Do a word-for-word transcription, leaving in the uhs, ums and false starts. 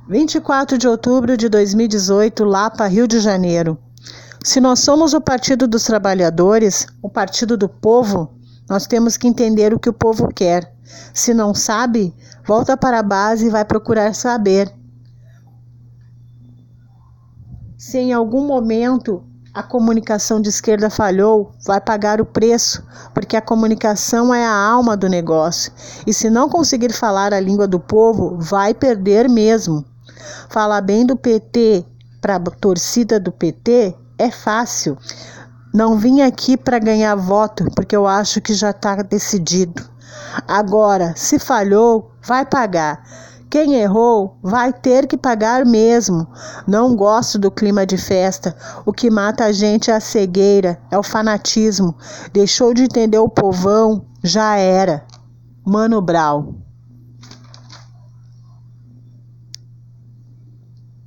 vinte e quatro de outubro de dois mil e dezoito, Lapa, Rio de Janeiro. Se nós somos o Partido dos Trabalhadores, o Partido do Povo, nós temos que entender o que o povo quer. Se não sabe, volta para a base e vai procurar saber. Se em algum momento a comunicação de esquerda falhou, vai pagar o preço, porque a comunicação é a alma do negócio. E se não conseguir falar a língua do povo, vai perder mesmo. Falar bem do P T para a torcida do P T é fácil. Não vim aqui para ganhar voto, porque eu acho que já está decidido. Agora, se falhou, vai pagar. Quem errou vai ter que pagar mesmo. Não gosto do clima de festa. O que mata a gente é a cegueira, é o fanatismo. Deixou de entender o povão, já era. Mano Brown.